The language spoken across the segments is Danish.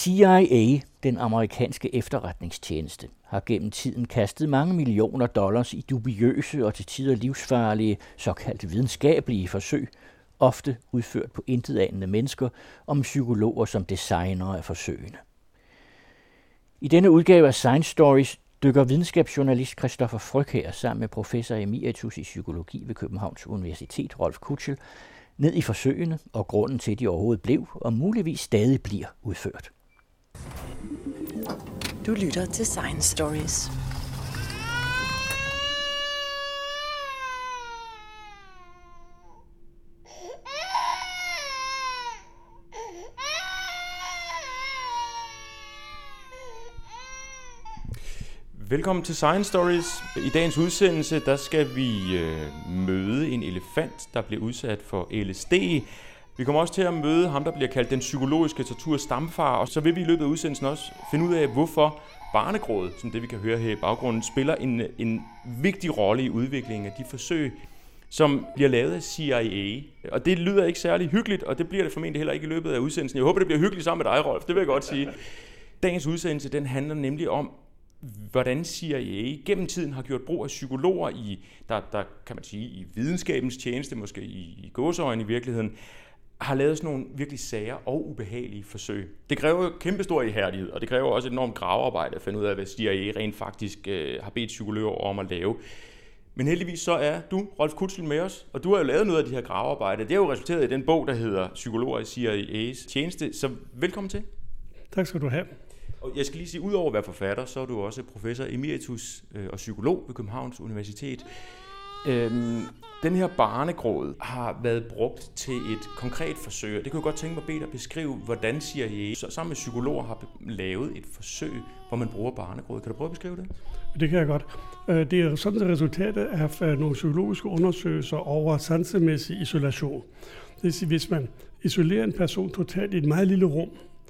CIA, den amerikanske efterretningstjeneste, har gennem tiden kastet mange millioner dollars i dubiøse og til tider livsfarlige, såkaldt videnskabelige forsøg, ofte udført på intetanende mennesker og med psykologer som designere af forsøgene. I denne udgave af Science Stories dykker videnskabsjournalist Christoffer Frøkjær sammen med professor emeritus i psykologi ved Københavns Universitet, Rolf Kutscher, ned i forsøgene og grunden til, at de overhovedet blev og muligvis stadig bliver udført. Du lytter til Science Stories. Velkommen til Science Stories. I dagens udsendelse, der skal vi møde en elefant, der bliver udsat for LSD. Vi kommer også til at møde ham, der bliver kaldt den psykologiske torturstamfar, og så vil vi i løbet af udsendelsen også finde ud af, hvorfor barnegråd, som det vi kan høre her i baggrunden, spiller en vigtig rolle i udviklingen af de forsøg, som bliver lavet af CIA. Og det lyder ikke særlig hyggeligt, og det bliver det formentlig heller ikke i løbet af udsendelsen. Jeg håber, det bliver hyggeligt sammen med dig, Rolf. Det vil jeg godt sige. Dagens udsendelse, den handler nemlig om, hvordan CIA gennem tiden har gjort brug af psykologer der kan man sige, i videnskabens tjeneste, måske i gåseøjne i virkeligheden, har lavet sådan nogle virkelig sære og ubehagelige forsøg. Det kræver kæmpestor ihærdighed, og det kræver også et enormt gravearbejde at finde ud af, hvad CIA rent faktisk har bedt psykologer om at lave. Men heldigvis så er du, Rolf Kutscher, med os, og du har jo lavet noget af de her gravearbejde. Det er jo resulteret i den bog, der hedder Psykologer i CIA's tjeneste, så velkommen til. Tak skal du have. Og jeg skal lige sige, udover at være forfatter, så er du også professor emeritus og psykolog ved Københavns Universitet. Den her barnegråd har været brugt til et konkret forsøg, og det kunne jeg godt tænke mig at bede dig beskrive, hvordan CIA sammen med psykologer har lavet et forsøg, hvor man bruger barnegråd. Kan du prøve at beskrive det? Det kan jeg godt. Det er sådan et resultat af nogle psykologiske undersøgelser over sansemæssig isolation. Det vil sige, hvis man isolerer en person totalt i et meget lille rum,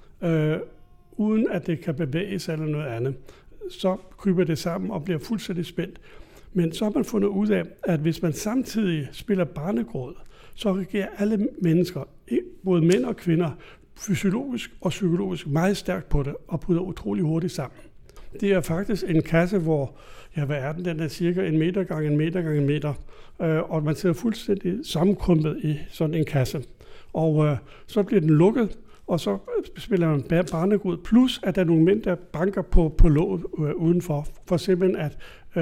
uden at det kan bevæge sig eller noget andet, så kryber det sammen og bliver fuldstændig spændt. Men så har man fundet ud af, at hvis man samtidig spiller barnegråd, så reagerer alle mennesker, både mænd og kvinder, fysiologisk og psykologisk meget stærkt på det og bryder utrolig hurtigt sammen. Det er faktisk en kasse, hvor, hvad er den? Den er cirka 1 meter gange 1 meter gange 1 meter, og man sidder fuldstændig sammenkrumpet i sådan en kasse. Og så bliver den lukket, og så spiller man barnegråd, plus at der er nogle mænd, der banker på låget udenfor, for simpelthen at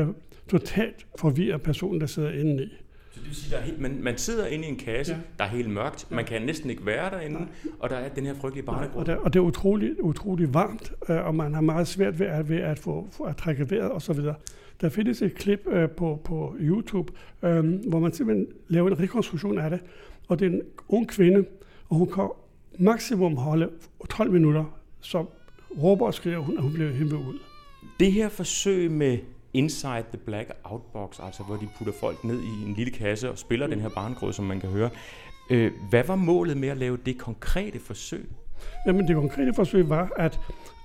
totalt forvirre personen, der sidder inde i. Så det vil sige, at man sidder inde i en kasse, der er helt mørkt, man kan næsten ikke være derinde, og der er den her frygtelige barnegråd. Og det er utrolig varmt, og man har meget svært ved at få at trække vejret osv. Der findes et klip på YouTube, hvor man simpelthen laver en rekonstruktion af det, og det er en ung kvinde, og hun kan maksimum holde 12 minutter, så råber og skriger hun, at hun bliver hævet ud. Det her forsøg med Inside the Black Out Box, altså hvor de putter folk ned i en lille kasse og spiller den her barnegråd, som man kan høre. Hvad var målet med at lave det konkrete forsøg? Jamen det konkrete forsøg var, at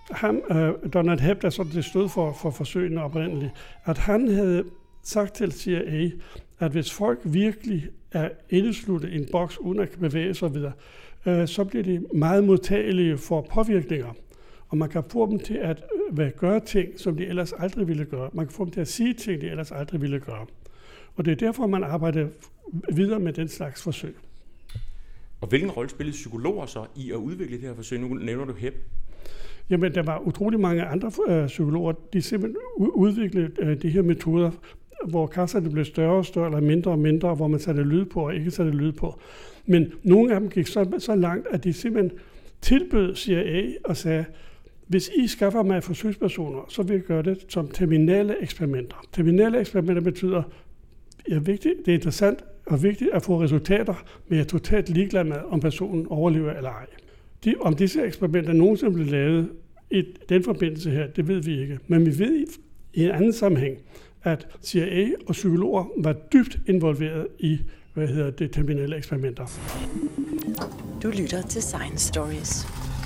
Donald Hebb, der sådan det stod for forsøgene oprindeligt, at han havde sagt til CIA, at hvis folk virkelig er indesluttet i en boks, uden at bevæge sig videre, så bliver de meget modtagelige for påvirkninger. Og man kan få dem til at gøre ting, som de ellers aldrig ville gøre. Man kan få dem til at sige ting, de ellers aldrig ville gøre. Og det er derfor, man arbejder videre med den slags forsøg. Og hvilken rolle spillede psykologer så i at udvikle det her forsøg? Nu nævner du Hebb. Jamen, der var utrolig mange andre psykologer, de simpelthen udviklede de her metoder, hvor kasserne blev større og større, eller mindre og mindre, hvor man satte lyd på og ikke satte lyd på. Men nogle af dem gik så langt, at de simpelthen tilbød CIA og sagde, hvis I skaffer mig forsøgspersoner, så vil jeg gøre det som terminale eksperimenter. Terminale eksperimenter betyder, det er interessant og vigtigt at få resultater, men jeg er totalt ligeglad med, om personen overlever eller ej. Om disse eksperimenter nogensinde blev lavet i den forbindelse her, det ved vi ikke. Men vi ved i en anden sammenhæng, at CIA og psykologer var dybt involveret i det terminale eksperimenter. Du lytter til Science Stories.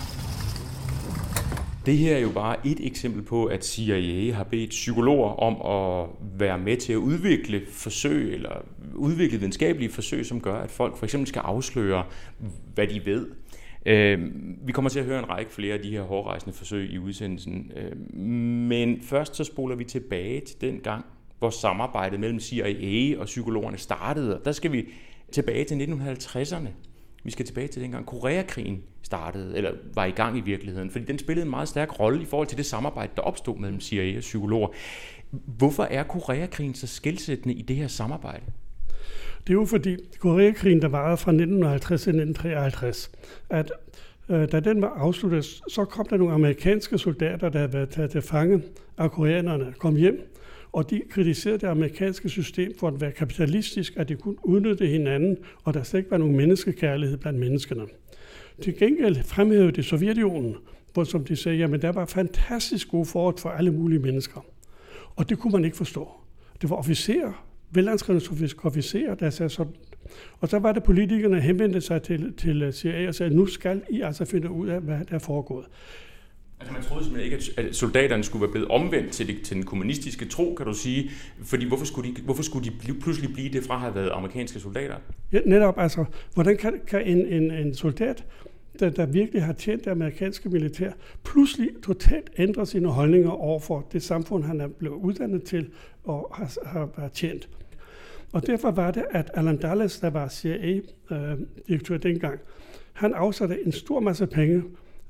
Det her er jo bare et eksempel på, at CIA har bedt psykologer om at være med til at udvikle forsøg, eller udvikle videnskabelige forsøg, som gør, at folk for eksempel skal afsløre, hvad de ved. Vi kommer til at høre en række flere af de her hårdrejsende forsøg i udsendelsen. Men først så spoler vi tilbage til den gang, hvor samarbejdet mellem CIA og psykologerne startede. Der skal vi tilbage til 1950'erne. Vi skal tilbage til dengang Koreakrigen startede, eller var i gang i virkeligheden, fordi den spillede en meget stærk rolle i forhold til det samarbejde, der opstod mellem CIA og psykologer. Hvorfor er Koreakrigen så skelsættende i det her samarbejde? Det er jo fordi Koreakrigen, der varede fra 1950 til 1953, at da den var afsluttet, så kom der nogle amerikanske soldater, der havde været taget til fange af koreanerne, kom hjem, og de kritiserede det amerikanske system for at være kapitalistisk, at de kunne udnytte hinanden, og der slet ikke var nogen menneskekærlighed blandt menneskerne. Til gengæld fremhævede det Sovjetunionen, hvor som de sagde, jamen der var fantastisk gode forhold for alle mulige mennesker. Og det kunne man ikke forstå. Det var officerer, velanskrevne officerer, der sagde sådan. Og så var det politikerne, der henvendte sig til CIA og sagde, nu skal I altså finde ud af, hvad der er foregået. Altså man troede simpelthen ikke, at soldaterne skulle være blevet omvendt til den kommunistiske tro, kan du sige. Fordi hvorfor skulle de pludselig blive det fra at have været amerikanske soldater? Ja, netop altså, hvordan kan en soldat, der virkelig har tjent det amerikanske militær, pludselig totalt ændre sine holdninger over for det samfund, han er blevet uddannet til og har tjent. Og derfor var det, at Alan Dulles, der var CIA-direktør dengang, han afsatte en stor masse penge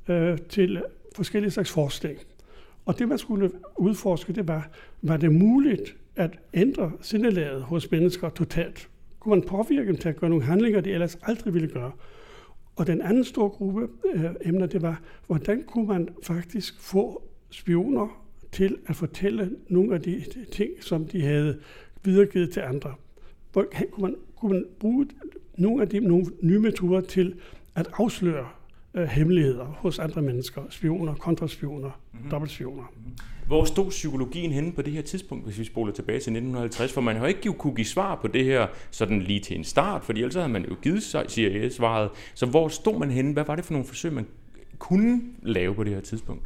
til forskellige slags forskning. Og det, man skulle udforske, det var det muligt at ændre sindelaget hos mennesker totalt? Kunne man påvirke dem til at gøre nogle handlinger, de ellers aldrig ville gøre? Og den anden store gruppe emner, det var, hvordan kunne man faktisk få spioner til at fortælle nogle af de ting, som de havde videregivet til andre? Kunne man bruge nogle nye metoder til at afsløre hemmeligheder hos andre mennesker, spioner, kontraspioner, dobbeltspioner. Hvor stod psykologien henne på det her tidspunkt, hvis vi spoler tilbage til 1950? For man har ikke kunne give svar på det her sådan lige til en start, fordi ellers havde man jo givet CIA-svaret. Så hvor stod man henne? Hvad var det for nogle forsøg, man kunne lave på det her tidspunkt?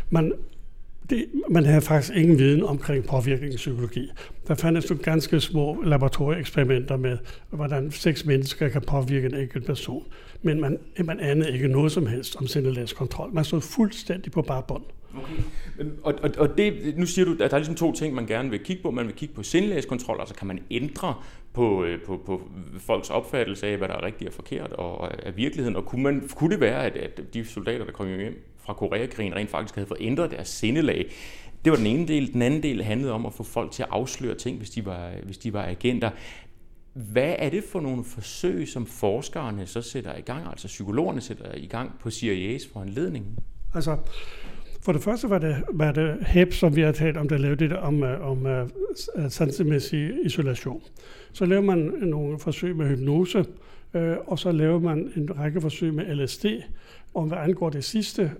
Man havde faktisk ingen viden omkring påvirkning i psykologi. Der fandtes nogle ganske små laboratorieeksperimenter med, hvordan 6 mennesker kan påvirke en enkelt person. Men man anede ikke noget som helst om sindelagskontrol. Man stod fuldstændig på bare bund. Okay. Og det, nu siger du, at der er ligesom 2 ting, man gerne vil kigge på. Man vil kigge på sindelagskontrol, altså kan man ændre på folks opfattelse af, hvad der er rigtigt og forkert og af virkeligheden. Og kunne det være, at de soldater, der kom hjem fra Koreakrigen, rent faktisk havde fået ændret deres sindelag? Det var den ene del. Den anden del handlede om at få folk til at afsløre ting, hvis de var agenter. Hvad er det for nogle forsøg, som forskerne så sætter i gang, altså psykologerne sætter i gang på CIA's foranledning? Altså, for det første var det HEP, som vi har talt om, der lavede det om sansemæssig isolation. Så lavede man nogle forsøg med hypnose, og så lavede man en række forsøg med LSD. Og hvad angår det sidste,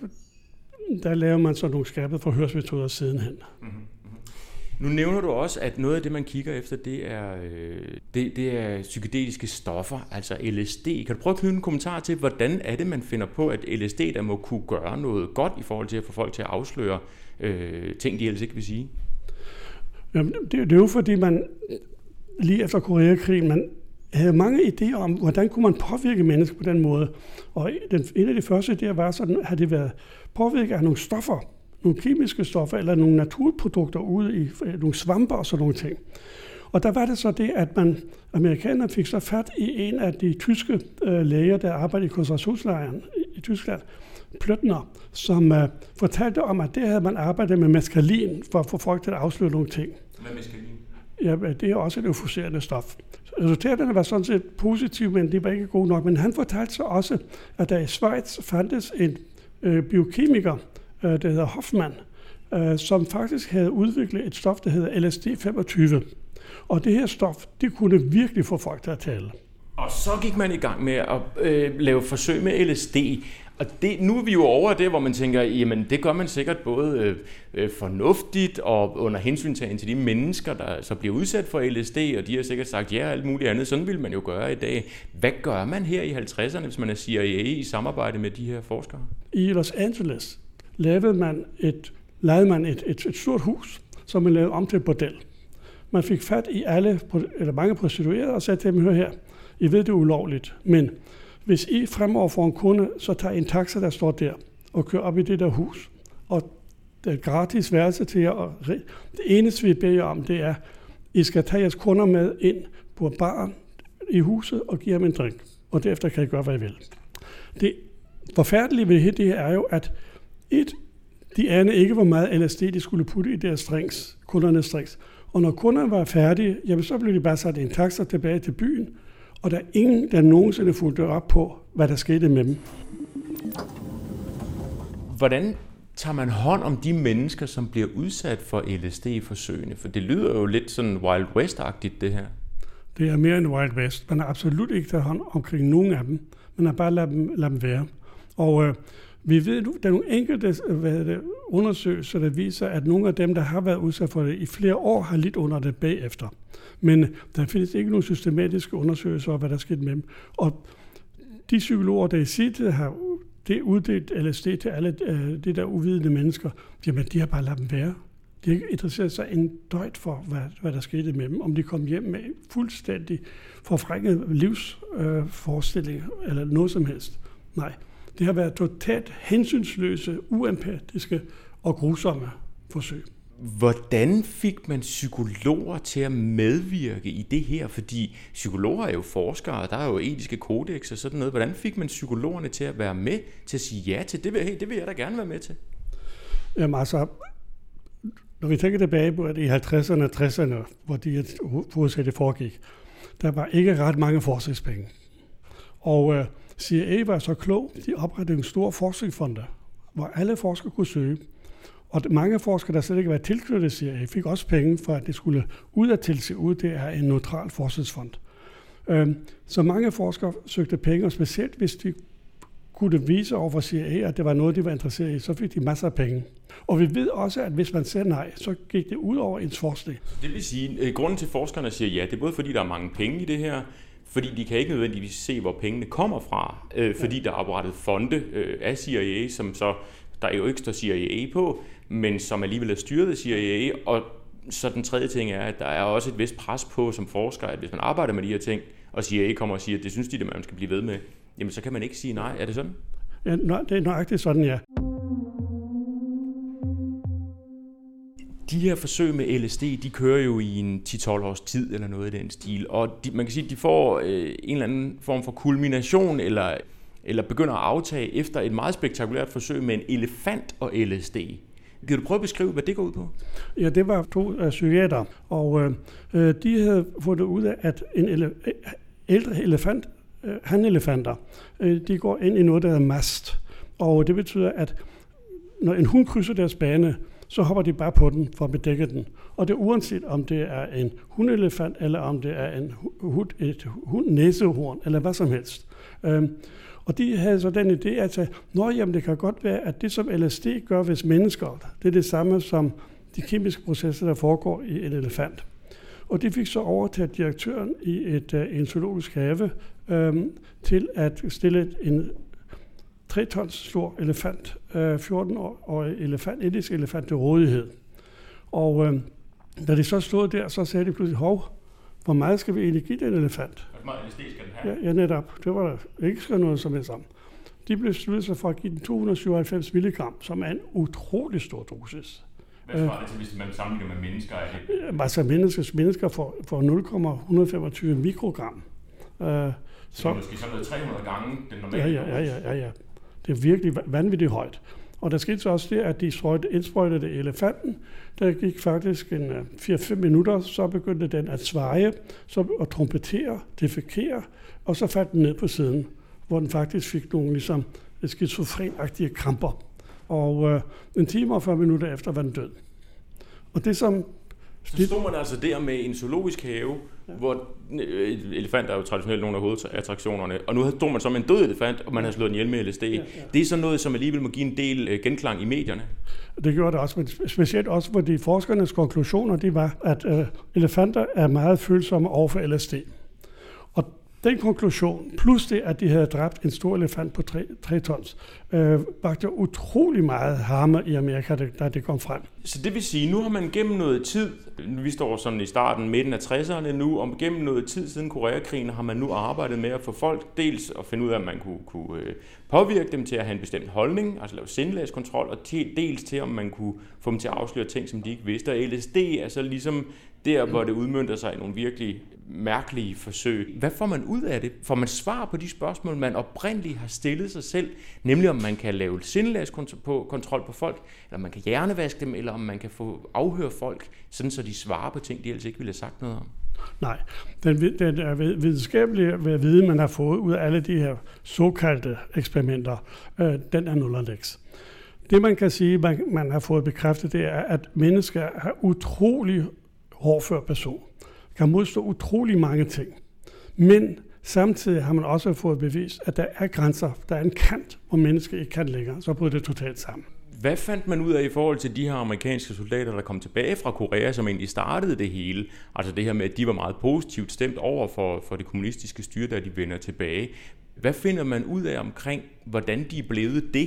der lavede man så nogle skærpede forhørsmetoder sidenhen. Mm-hmm. Nu nævner du også, at noget af det, man kigger efter, det er psykedeliske stoffer, altså LSD. Kan du prøve at knytte en kommentar til, hvordan er det, man finder på, at LSD der må kunne gøre noget godt i forhold til at få folk til at afsløre ting, de ellers ikke vil sige? Jamen, det er jo fordi, man lige efter Koreakrigen, man havde mange idéer om, hvordan kunne man påvirke mennesker på den måde. Og en af de første idéer var sådan, at det været påvirket af nogle stoffer, nogle kemiske stoffer eller nogle naturprodukter ude i nogle svamper og sådan nogle ting. Og der var det så det, at amerikanerne fik så fat i en af de tyske læger, der arbejdede i koncentrationslejren i Tyskland, Plötner, som fortalte om, at det havde man arbejdet med meskalin for at få folk til at afsløre nogle ting. Hvad er meskalin? Ja, det er også et euforiserende stof. Resultaterne var sådan set positive, men det var ikke gode nok. Men han fortalte så også, at der i Schweiz fandtes en biokemiker, der hedder Hoffmann, som faktisk havde udviklet et stof, der hedder LSD-25. Og det her stof, det kunne virkelig få folk til at tale. Og så gik man i gang med at lave forsøg med LSD. Og nu er vi jo over det, hvor man tænker, jamen det gør man sikkert både fornuftigt og under hensyntagen til de mennesker, der så bliver udsat for LSD, og de har sikkert sagt ja og alt muligt andet. Sådan vil man jo gøre i dag. Hvad gør man her i 50'erne, hvis man er CIA i samarbejde med de her forskere? I Los Angeles lejede man et stort hus, som man lavede om til et bordel. Man fik fat i mange prostituerede og sagde til dem, hør her, I ved det er ulovligt, men hvis I fremover får en kunde, så tager en taxa, der står der, og kører op i det der hus. Og det er gratis værelse til jer. Og det eneste, vi beder jer om, det er, I skal tage jeres kunder med ind på baren i huset og give dem en drink. Og derefter kan I gøre, hvad I vil. Det forfærdelige ved det her er jo, at de anede ikke, hvor meget LSD de skulle putte i deres drinks, kundernes drinks. Og når kunderne var færdige, jamen, så blev de bare sat i en taxa tilbage til byen, og der er ingen, der nogensinde fulgte op på, hvad der skete med dem. Hvordan tager man hånd om de mennesker, som bliver udsat for LSD-forsøgene? For det lyder jo lidt sådan Wild West-agtigt, det her. Det er mere end Wild West. Man har absolut ikke taget hånd omkring nogen af dem. Man har bare ladet dem være. Og vi ved, der er nogle enkelte undersøgelser, der viser, at nogle af dem, der har været udsat for det i flere år, har lidt under det bagefter. Men der findes ikke nogen systematiske undersøgelser af, hvad der skete med dem. Og de psykologer, der i sin tid har det uddelt LSD til alle de der uvidende mennesker, jamen de har bare ladet dem være. De har ikke interesseret sig en døjt for, hvad der skete med dem. Om de kom hjem med fuldstændig forvrænget livsforestillinger eller noget som helst. Nej, det har været totalt hensynsløse, uempatiske og grusomme forsøg. Hvordan fik man psykologer til at medvirke i det her? Fordi psykologer er jo forskere, der er jo etiske kodex og sådan noget. Hvordan fik man psykologerne til at være med, til at sige ja til det? Det vil jeg da gerne være med til. Jamen altså, når vi tænker tilbage på, at i 50'erne og 60'erne, hvor det foregik, der var ikke ret mange forskningspenge. Og CIA var så klog, de oprettede en stor forskningsfond, hvor alle forskere kunne søge. Og mange forskere, der slet ikke var tilknyttet CIA, fik også penge for, at det skulle udadtil se ud. Det er en neutral forskningsfond. Så mange forskere søgte penge, og specielt hvis de kunne vise over for CIA, at det var noget, de var interesseret i, så fik de masser af penge. Og vi ved også, at hvis man sagde nej, så gik det ud over ens forskning. Det vil sige, at grunden til, at forskerne siger ja, det er både fordi, der er mange penge i det her, fordi de kan ikke nødvendigvis se, hvor pengene kommer fra, fordi der er oprettet fonde af CIA, som så, der jo ikke står CIA på, men som alligevel er styret af CIA. Og så den tredje ting er, at der er også et vist pres på som forsker, at hvis man arbejder med de her ting, og CIA kommer og siger, at det synes de, at man skal blive ved med, jamen så kan man ikke sige nej. Er det sådan? Ja, det er nøjagtigt sådan, ja. De her forsøg med LSD, de kører jo i en 10-12 års tid eller noget i den stil, og man kan sige, at de får en eller anden form for kulmination eller begynder at aftage efter et meget spektakulært forsøg med en elefant og LSD. Kan du prøve at beskrive, hvad det går ud på? Ja, det var 2 psykiatere, og de havde fundet ud af, at en ældre elefant, hanelefanter, de går ind i noget, der hedder mast. Og det betyder, at når en hund krydser deres bane, så hopper de bare på den for at bedække den. Og det er uanset, om det er en hundelefant, eller om det er et næsehorn, eller hvad som helst. Og de havde så den idé at sige, jamen det kan godt være, at det som LSD gør ved mennesker, det er det samme som de kemiske processer, der foregår i en elefant. Og de fik så overtaget direktøren i en zoologisk have til at stille en 3 tons stor elefant, 14-årig elefant, indisk elefant til rådighed. Og da de så stod der, så sagde de pludselig, hvor meget skal vi egentlig give den elefant? Hvor meget LSD skal den have? Ja, netop. Det var der ikke noget som helst om. De blev besluttet sig for at give den 297 milligram, som er en utrolig stor dosis. Hvad svarer det til, hvis man sammenligner med mennesker? Altså mennesker får 0,125 mikrogram. Så måske sådan noget 300 gange den normale dosis? Ja. Det er virkelig vanvittigt højt. Og der skete så også det, at de indsprøjtede elefanten. Der gik faktisk 4-5 minutter, så begyndte den at sveje, og trompetere, defekere, og så faldt den ned på siden, hvor den faktisk fik nogle ligesom skizofrenagtige kramper. Og en time og 40 minutter efter var den død. Og det som... Så stod man altså der med en zoologisk have, hvor elefanter er jo traditionelt nogle af hovedattraktionerne, og nu stod man så med en død elefant, og man har slået den ihjel med LSD. Det er sådan noget, som alligevel må give en del genklang i medierne. Det gjorde det også, men specielt også, fordi forskernes konklusioner, de var, at elefanter er meget følsomme over for LSD. Og Den konklusion, plus det, at de havde dræbt en stor elefant på 3 tons, vakte utrolig meget harme i Amerika, da det kom frem. Så det vil sige, nu har man gennem noget tid, vi står sådan i starten, midten af 60'erne nu, og gennem noget tid siden Koreakrigen har man nu arbejdet med at få folk dels at finde ud af, at man kunne påvirke dem til at have en bestemt holdning, altså lave sindelagskontrol, og dels til, om man kunne få dem til at afsløre ting, som de ikke vidste. Og LSD er så ligesom der, hvor det udmønter sig i nogle virkelig mærkelige forsøg. Hvad får man ud af det? Får man svar på de spørgsmål, man oprindeligt har stillet sig selv, nemlig om man kan lave sindelagskontrol på folk, eller om man kan hjernevaske dem, eller om man kan få afhøre folk, sådan så de svarer på ting, de ellers ikke ville have sagt noget om? Nej, den videnskabelige viden, man har fået ud af alle de her såkaldte eksperimenter, den er nullerlægs. Det man kan sige, man har fået bekræftet, det er, at mennesker er utrolig hårdfør person. Kan modstå utrolig mange ting. Men samtidig har man også fået bevist, at der er grænser, der er en kant, hvor mennesker ikke kan længere, så bryder det totalt sammen. Hvad fandt man ud af i forhold til de her amerikanske soldater, der kom tilbage fra Korea, som egentlig startede det hele? Altså det her med, at de var meget positivt stemt over for det kommunistiske styre, da de vender tilbage. Hvad finder man ud af omkring, hvordan de er blevet det?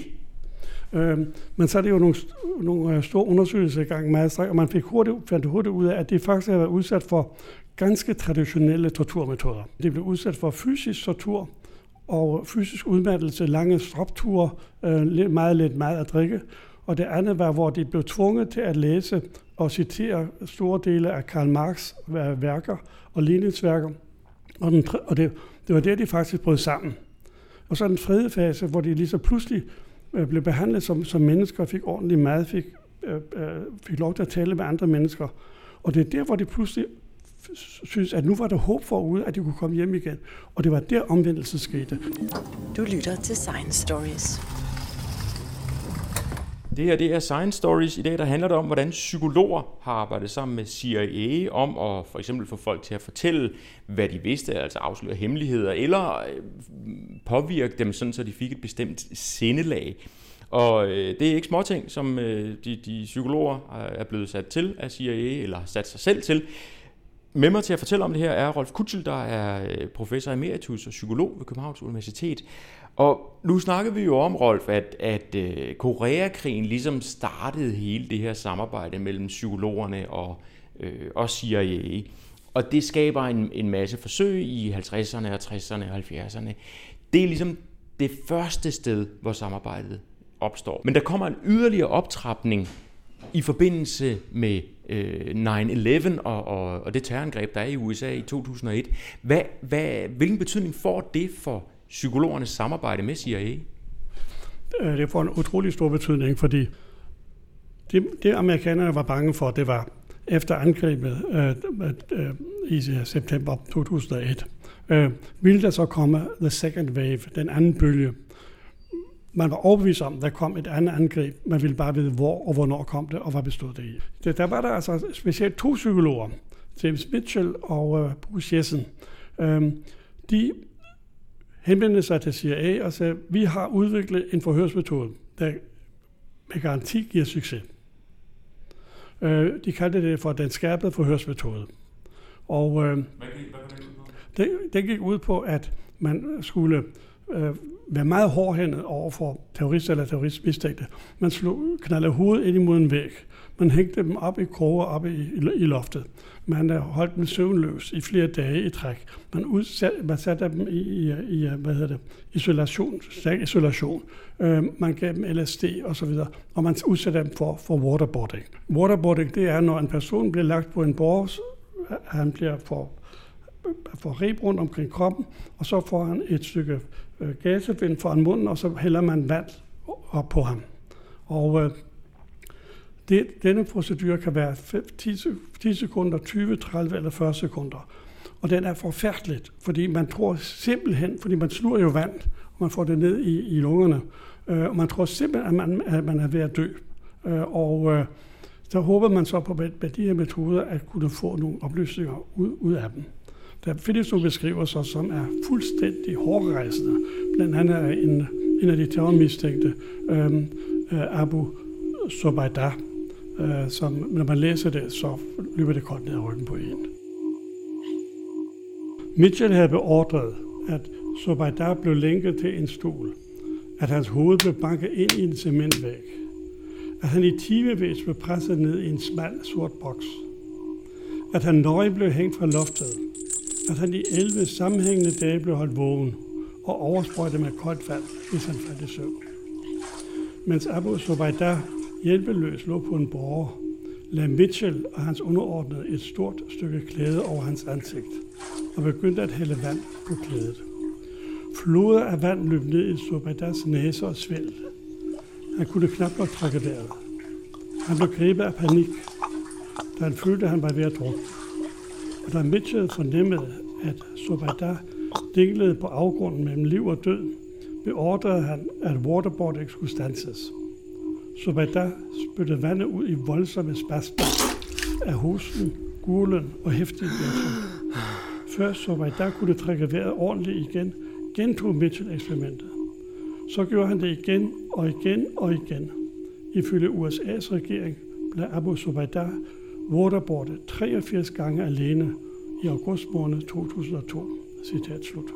Men så er det jo nogle store undersøgelser i gang med, og man fandt hurtigt ud af, at det faktisk har været udsat for ganske traditionelle torturmetoder. Det blev udsat for fysisk tortur og fysisk udmattelse, lange stropture, meget lidt mad at drikke. Og det andet var, hvor de blev tvunget til at læse og citere store dele af Karl Marx' værker og Lenins værker. Og det var der, de faktisk brød sammen. Og så den tredje fase, hvor de lige så pludselig blev behandlet som mennesker, fik ordentlig mad, fik lov til at tale med andre mennesker. Og det er der, hvor de pludselig synes, at nu var der håb forude, at de kunne komme hjem igen. Og det var der, omvendelsen skete. Du lytter til Science Stories. Det her, det er Science Stories. I dag der handler det om, hvordan psykologer har arbejdet sammen med CIA om at for eksempel få folk til at fortælle, hvad de vidste, altså afsløre hemmeligheder, eller påvirke dem, sådan så de fik et bestemt sindelag. Og det er ikke småting, som de psykologer er blevet sat til af CIA, eller har sat sig selv til. Med mig til at fortælle om det her er Rolf Kutschel, der er professor emeritus og psykolog ved Københavns Universitet. Og nu snakker vi jo om, Rolf, at Koreakrigen ligesom startede hele det her samarbejde mellem psykologerne og CIA. Og det skaber en masse forsøg i 50'erne og 60'erne og 70'erne. Det er ligesom det første sted, hvor samarbejdet opstår. Men der kommer en yderligere optrapning i forbindelse med 9/11 og det terrorangreb, der er i USA i 2001. Hvilken betydning får det for psykologernes samarbejde med CIA? Det får en utrolig stor betydning, fordi det amerikanerne var bange for, det var efter angrebet i september 2001, ville der så komme the second wave, den anden bølge. Man var overbevist om, at der kom et andet angreb. Man ville bare vide, hvor og hvornår kom det, og hvad bestod det i. Der var der altså specielt 2 psykologer, James Mitchell og Bruce Jessen. De henvendte sig til CIA og sagde, vi har udviklet en forhørsmetode, der med garanti giver succes. De kaldte det for den skærpede forhørsmetode. Og det gik ud på, at man skulle være meget hårdhændet over for terrorister eller terroristmistænkte. Man knaldede hovedet ind imod en væg. Man hængte dem op i kroger oppe i loftet. Man holdt dem søvnløs i flere dage i træk. Man satte dem i isolation. Man gav dem LSD og så videre. Og man udsatte dem for waterboarding. Waterboarding, det er, når en person bliver lagt på en båre, han bliver får reb rundt omkring kroppen, og så får han et stykke gasevind foran munden, og så hælder man vand op på ham. Og denne procedure kan være 10 sekunder, 20, 30 eller 40 sekunder. Og den er forfærdeligt, fordi man tror simpelthen, fordi man sluger jo vand, og man får det ned i lungerne, og man tror simpelthen, at man er ved at dø. Så håber man så på med de her metoder at kunne få nogle oplysninger ud af dem. Der findes nogle beskrivelser, som er fuldstændig hårdrejsende. Blandt andet er en af de terrormistænkte, Abu Zubaydah, som når man læser det, så løber det koldt ned ad ryggen på en. Mitchell havde beordret at Zubaydah blev lænket til en stol, at hans hoved blev banket ind i en cementvæg, at han i timevis blev presset ned i en smal sort boks, at han nøgen blev hængt fra loftet, at han i 11 sammenhængende dage blev holdt vågen og oversprøjtet med koldt vand, hvis han faldt i søvn. Mens Abu Zubaydah hjælpeløs lå på en båre, lagde Mitchell og hans underordnede et stort stykke klæde over hans ansigt og begyndte at hælde vand på klædet. Floder af vand løb ned i Zubaydahs næse og svælg. Han kunne knap nok trække vejret. Han blev grebet af panik, da han følte, at han var ved at drukne. Og da Mitchell fornemmede, at Zubaydah dinglede på afgrunden mellem liv og død, beordrede han, at waterboarding skulle standses. Zubaydah spyttede vandet ud i voldsomme spasmer af hosten, gurlen og heftige blæsning. Før Zubaydah kunne trække vejret ordentligt igen, gentog Mitchell eksperimentet. Så gjorde han det igen og igen og igen. Ifølge USA's regering blev Abu Zubaydah waterboardet 83 gange alene i august måned 2002. Citat slut.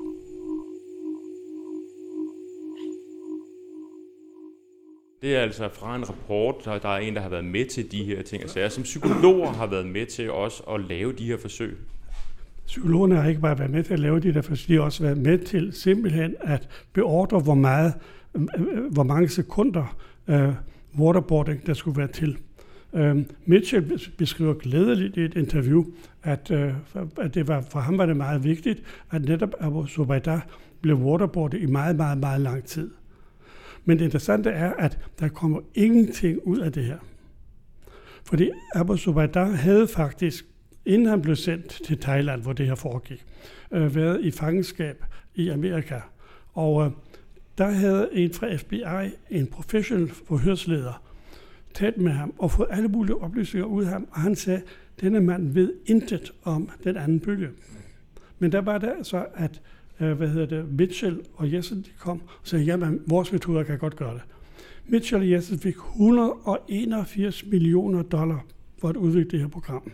Det er altså fra en rapport, der er en, der har været med til de her ting. Altså, som psykologer har været med til også at lave de her forsøg. Psykologerne har ikke bare været med til at lave de der forsøg, de har også været med til simpelthen at beordre, hvor mange sekunder waterboarding der skulle være til. Mitchell beskriver glædeligt i et interview, at det var, for ham var det meget vigtigt, at netop Abu Zubaydah blev waterboardet i meget, meget, meget lang tid. Men det interessante er, at der kommer ingenting ud af det her. Fordi Abu Zubaydah havde faktisk, inden han blev sendt til Thailand, hvor det her foregik, været i fangenskab i Amerika. Og der havde en fra FBI, en professional forhørsleder, talt med ham og fået alle mulige oplysninger ud af ham, og han sagde, at denne mand ved intet om den anden bølge. Men der var det altså, at Mitchell og Jessen de kom og sagde, jamen, vores metoder kan godt gøre det. Mitchell og Jessen fik $181 millioner for at udvikle det her program.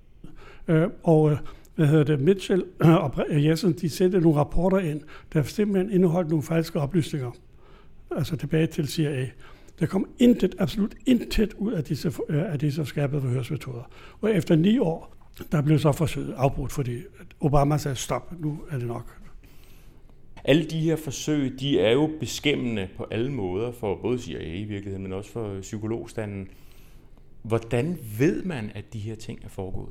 Mitchell og Jessen, de sendte nogle rapporter ind, der simpelthen indeholdt nogle falske oplysninger, altså tilbage til CIA. Der kom absolut intet ud af disse skærpede forhørsmetoder. Og efter 9 år, der blev så forsøget afbrudt, fordi Obama sagde, stop, nu er det nok. Alle de her forsøg, de er jo beskæmmende på alle måder for både CIA i virkeligheden, men også for psykologstanden. Hvordan ved man, at de her ting er foregået?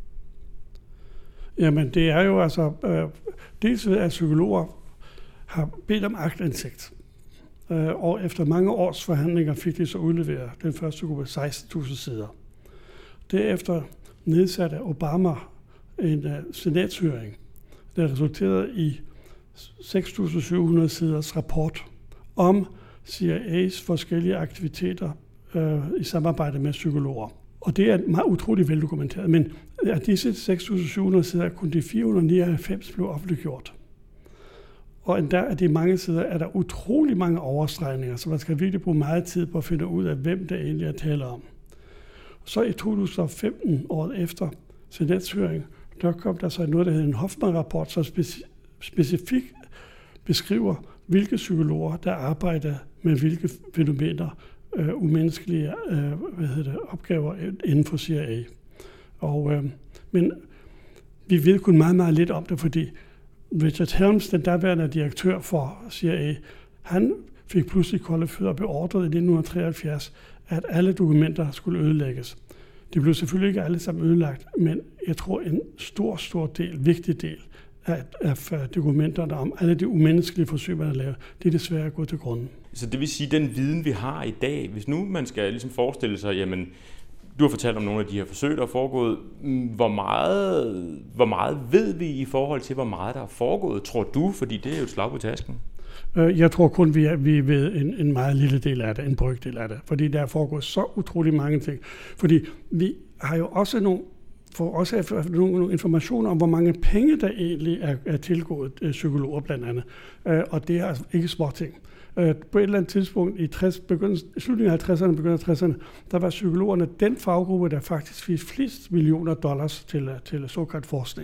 Jamen, det er jo altså, dels ved, at psykologer har bedt om aktindsigt. Og efter mange års forhandlinger fik de så udleveret den første gruppe 16.000 sider. Derefter nedsatte Obama en senatshøring, der resulterede i 6.700 siders rapport om CIA's forskellige aktiviteter i samarbejde med psykologer. Og det er meget utroligt veldokumenteret, men af disse 6.700 sider kun de 499 blev offentliggjort. Og endda af de mange sider er der utrolig mange overstregninger, så man skal virkelig bruge meget tid på at finde ud af, hvem det egentlig er tale om. Så i 2015, året efter senatshøring, der kom der så noget, der hedder en Hoffman-rapport, som specifikt beskriver, hvilke psykologer, der arbejder med hvilke fænomener, umenneskelige opgaver inden for CIA. Men vi ved kun meget, meget lidt om det, fordi Richard Helms, den daværende direktør for CIA, han fik pludselig kolde fødder og beordret i 1973, at alle dokumenter skulle ødelægges. De blev selvfølgelig ikke alle sammen ødelagt, men jeg tror en stor vigtig del af dokumenterne om alle de umenneskelige forsøg, man har lavet, det er desværre gået til grunden. Så det vil sige, den viden, vi har i dag, hvis nu man skal ligesom forestille sig, jamen, du har fortalt om nogle af de her forsøg, der er foregået. Hvor meget ved vi i forhold til, hvor meget der er foregået, tror du? Fordi det er jo et slag på tasken. Jeg tror kun, vi ved en meget lille del af det, en brøkdel af det. Fordi der er foregået så utrolig mange ting. Fordi vi har jo også nogle informationer om, hvor mange penge, der egentlig er tilgået psykologer blandt andet. Og det er altså ikke små ting. På et eller andet tidspunkt i slutningen af 50'erne, begyndelsen af 60'erne, der var psykologerne den faggruppe, der faktisk fik flest millioner dollars til såkaldt forskning.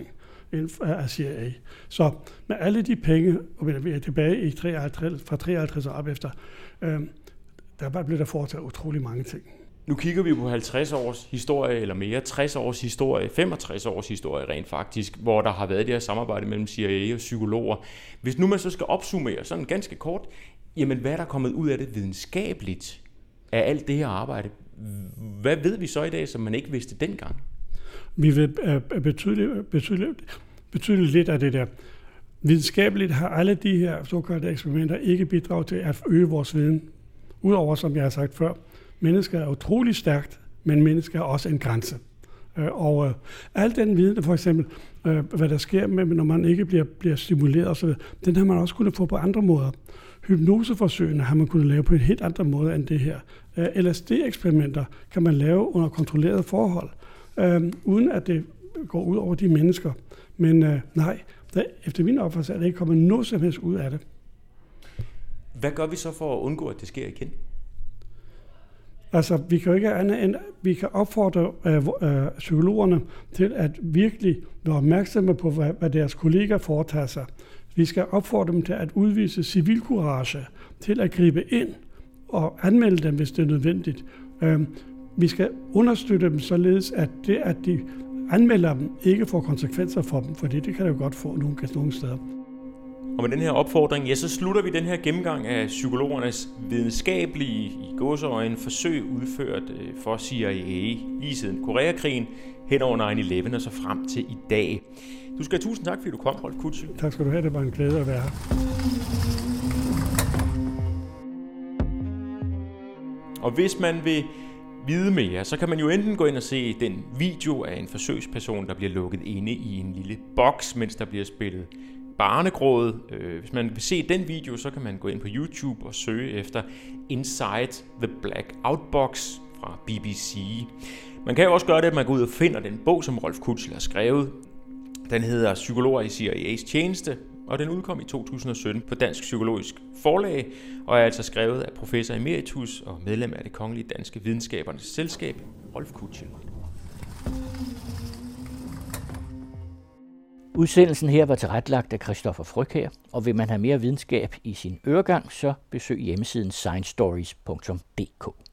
af CIA. Så med alle de penge, og vi er tilbage i 53, fra 53 og op efter, der blev der foretaget utrolig mange ting. Nu kigger vi på 50 års historie eller mere, 60 års historie, 65 års historie rent faktisk, hvor der har været det her samarbejde mellem CIA og psykologer. Hvis nu man så skal opsummere sådan ganske kort, jamen hvad er der kommet ud af det videnskabeligt af alt det her arbejde? Hvad ved vi så i dag, som man ikke vidste dengang? Vi ved betydeligt lidt af det der. Videnskabeligt har alle de her såkaldte eksperimenter ikke bidraget til at øge vores viden. Udover, som jeg har sagt før, mennesker er utrolig stærkt, men mennesker er også en grænse. Og al den viden, for eksempel, hvad der sker, når man ikke bliver stimuleret osv., den har man også kunnet få på andre måder. Hypnoseforsøgene har man kunnet lave på en helt anden måde end det her. LSD-eksperimenter kan man lave under kontrollerede forhold, uden at det går ud over de mennesker. Men nej, efter min opfattelse er det ikke kommet noget som helst ud af det. Hvad gør vi så for at undgå, at det sker igen? Altså, vi kan jo ikke andet end, vi kan opfordre psykologerne til at virkelig være opmærksomme på, hvad deres kolleger foretager sig. Vi skal opfordre dem til at udvise civilcourage, til at gribe ind og anmelde dem, hvis det er nødvendigt. Vi skal understøtte dem således, at det, at de anmelder dem, ikke får konsekvenser for dem, for det kan det jo godt få nogle steder. Og med den her opfordring, ja, så slutter vi den her gennemgang af psykologernes videnskabelige, i gåseøjne, forsøg udført for CIA lige siden Koreakrigen, hen over 9/11 og så frem til i dag. Du skal have tusind tak, fordi du kom, Rolf Kutsø. Tak skal du have, det var en glæde at være her. Og hvis man vil vide mere, så kan man jo enten gå ind og se den video af en forsøgsperson, der bliver lukket inde i en lille boks, mens der bliver spillet barnegråd. Hvis man vil se den video, så kan man gå ind på YouTube og søge efter Inside the Blackout Box fra BBC. Man kan jo også gøre det, at man går ud og finder den bog, som Rolf Kutsø har skrevet. Den hedder Psykologer i CIA's tjeneste, og den udkom i 2017 på Dansk Psykologisk Forlag, og er altså skrevet af professor emeritus og medlem af Det Kongelige Danske Videnskabernes Selskab, Rolf Kutsø. Udsendelsen her var tilrettelagt af Christoffer Frøkjær, og vil man have mere videnskab i sin øregang, så besøg hjemmesiden sciencestories.dk.